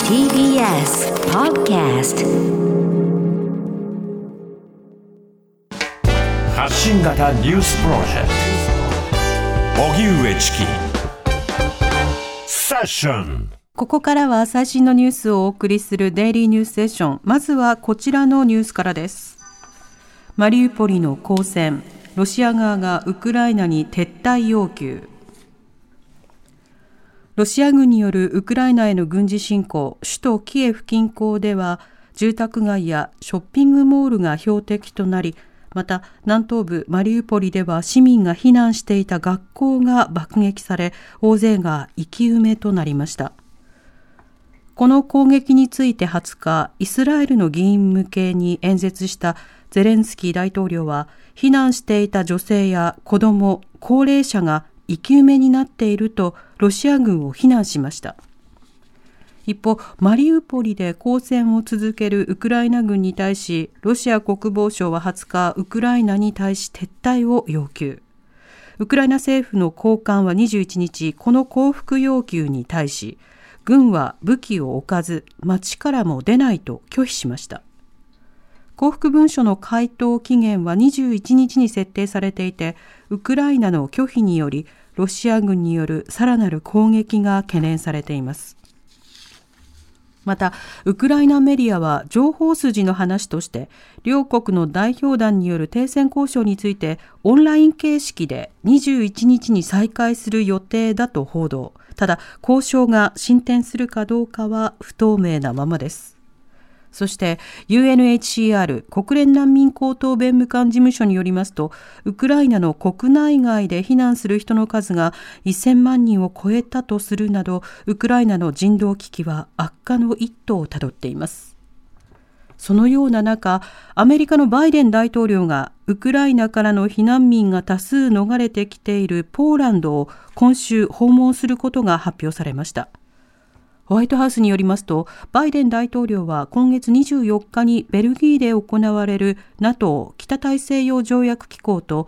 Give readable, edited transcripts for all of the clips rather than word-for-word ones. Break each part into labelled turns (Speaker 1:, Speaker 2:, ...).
Speaker 1: TBS Podcast
Speaker 2: 発信型ニュースプロジェクト荻上チキセッション。
Speaker 3: ここからは最新のニュースをお送りするデイリーニュースセッション。まずはこちらのニュースからです。マリウポリの抗戦、ロシア側がウクライナに撤退要求。ロシア軍によるウクライナへの軍事侵攻、首都キエフ近郊では住宅街やショッピングモールが標的となり、また南東部マリウポリでは市民が避難していた学校が爆撃され、大勢が生き埋めとなりました。この攻撃について20日、イスラエルの議員向けに演説したゼレンスキー大統領は、避難していた女性や子ども、高齢者が生き埋めになっているとロシア軍を非難しました。一方、マリウポリで抗戦を続けるウクライナ軍に対し、ロシア国防省は20日、ウクライナに対し撤退を要求。ウクライナ政府の高官は21日、この降伏要求に対し、軍は武器を置かず、町からも出ないと拒否しました。降伏文書の回答期限は21日に設定されていて、ウクライナの拒否により、ロシア軍によるさらなる攻撃が懸念されています。また、ウクライナメディアは情報筋の話として、両国の代表団による停戦交渉について、オンライン形式で21日に再開する予定だと報道。ただ、交渉が進展するかどうかは不透明なままです。そして UNHCR 国連難民高等弁務官事務所によりますと、ウクライナの国内外で避難する人の数が1000万人を超えたとするなど、ウクライナの人道危機は悪化の一途をたどっています。そのような中、アメリカのバイデン大統領がウクライナからの避難民が多数逃れてきているポーランドを今週訪問することが発表されました。ホワイトハウスによりますと、バイデン大統領は今月24日にベルギーで行われる NATO 北大西洋条約機構と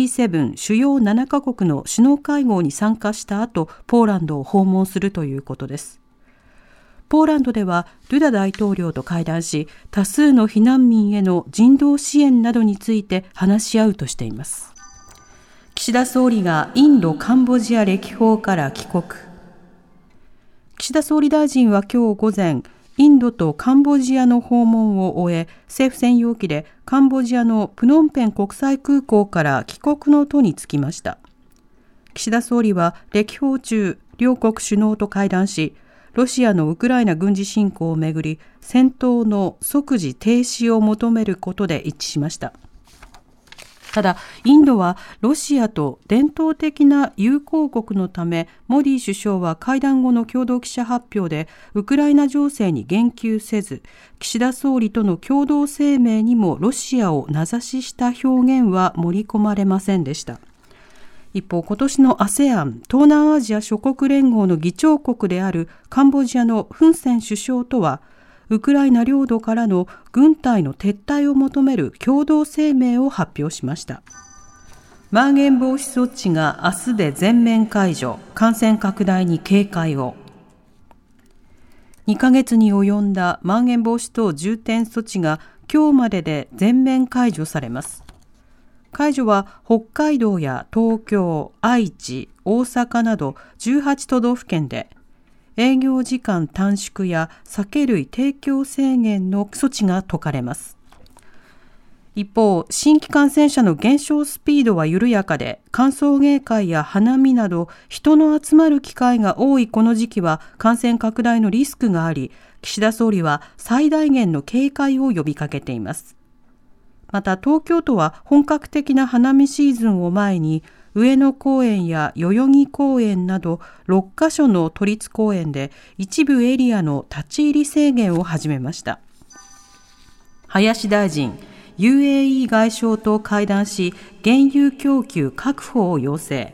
Speaker 3: G7 主要7カ国の首脳会合に参加した後、ポーランドを訪問するということです。ポーランドではドゥダ大統領と会談し、多数の避難民への人道支援などについて話し合うとしています。岸田総理がインド・カンボジア歴訪から帰国。岸田総理大臣は今日午前、インドとカンボジアの訪問を終え、政府専用機でカンボジアのプノンペン国際空港から帰国の途に就きました。岸田総理は歴訪中、両国首脳と会談し、ロシアのウクライナ軍事侵攻をめぐり、戦闘の即時停止を求めることで一致しました。ただ、インドはロシアと伝統的な友好国のため、モディ首相は会談後の共同記者発表で、ウクライナ情勢に言及せず、岸田総理との共同声明にもロシアを名指しした表現は盛り込まれませんでした。一方、今年の ASEAN 東南アジア諸国連合の議長国であるカンボジアのフン・セン首相とは、ウクライナ領土からの軍隊の撤退を求める共同声明を発表しました。まん延防止措置が明日で全面解除、感染拡大に警戒を。2ヶ月に及んだまん延防止等重点措置が今日までで全面解除されます。解除は北海道や東京、愛知、大阪など18都道府県で、営業時間短縮や酒類提供制限の措置が解かれます。一方、新規感染者の減少スピードは緩やかで、歓送迎会や花見など人の集まる機会が多いこの時期は感染拡大のリスクがあり、岸田総理は最大限の警戒を呼びかけています。また、東京都は本格的な花見シーズンを前に、上野公園や代々木公園など6カ所の都立公園で一部エリアの立ち入り制限を始めました。林大臣、UAE 外相と会談し、原油供給確保を要請。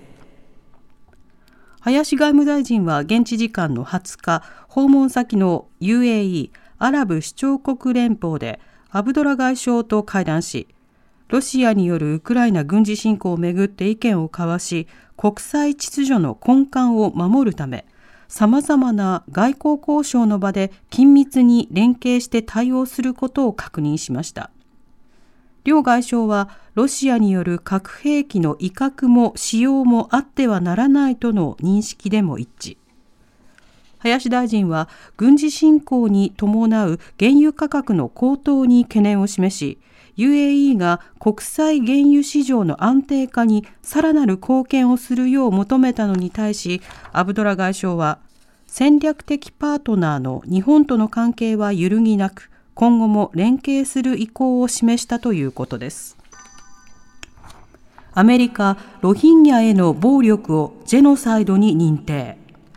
Speaker 3: 林外務大臣は現地時間の20日、訪問先の UAE アラブ首長国連邦でアブドラ外相と会談し、ロシアによるウクライナ軍事侵攻をめぐって意見を交わし、国際秩序の根幹を守るため、 さまざまな外交交渉の場で緊密に連携して対応することを確認しました。両外相はロシアによる核兵器の威嚇も使用もあってはならないとの認識でも一致。林大臣は軍事侵攻に伴う原油価格の高騰に懸念を示し、UAE が国際原油市場の安定化にさらなる貢献をするよう求めたのに対し、アブドラ外相は戦略的パートナーの日本との関係は揺るぎなく、今後も連携する意向を示したということです。アメリカ、ロヒンギャへの暴力をジェノサイドに認定。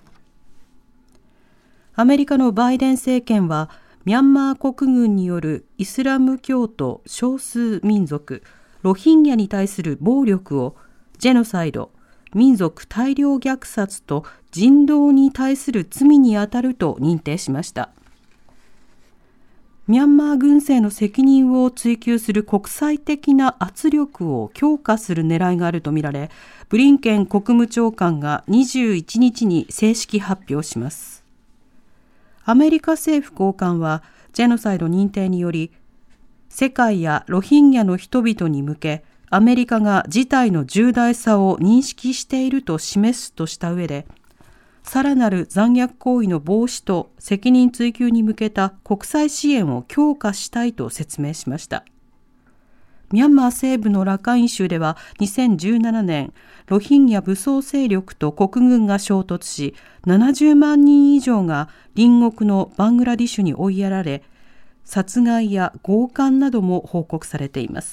Speaker 3: アメリカのバイデン政権は、ミャンマー国軍によるイスラム教徒少数民族ロヒンギャに対する暴力をジェノサイド、民族大量虐殺と人道に対する罪にあたると認定しました。ミャンマー軍政の責任を追及する国際的な圧力を強化する狙いがあるとみられ、ブリンケン国務長官が21日に正式発表します。アメリカ政府高官はジェノサイド認定により、世界やロヒンギャの人々に向け、アメリカが事態の重大さを認識していると示すとした上で、さらなる残虐行為の防止と責任追及に向けた国際支援を強化したいと説明しました。ミャンマー西部のラカイン州では2017年、ロヒンギャ武装勢力と国軍が衝突し、70万人以上が隣国のバングラディシュに追いやられ、殺害や強姦なども報告されています。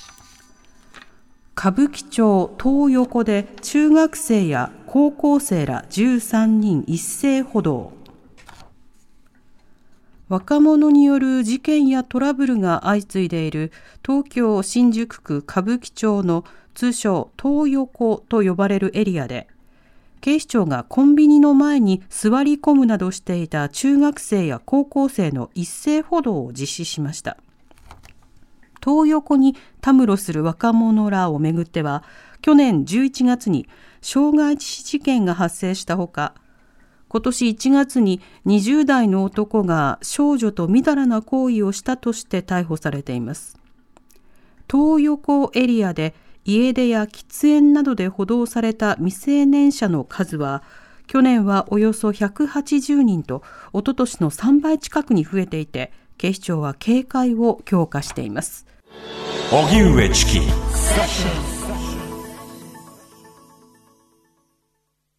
Speaker 3: 歌舞伎町東横で中学生や高校生ら13人一斉補導。若者による事件やトラブルが相次いでいる東京新宿区歌舞伎町の通称東横と呼ばれるエリアで、警視庁がコンビニの前に座り込むなどしていた中学生や高校生の一斉補導を実施しました。東横にたむろする若者らをめぐっては、去年11月に傷害致死事件が発生したほか、今年1月に20代の男が少女とみだらな行為をしたとして逮捕されています。東横エリアで家出や喫煙などで補導された未成年者の数は、去年はおよそ180人と一昨年の3倍近くに増えていて、警視庁は警戒を強化しています。
Speaker 2: 荻上チキ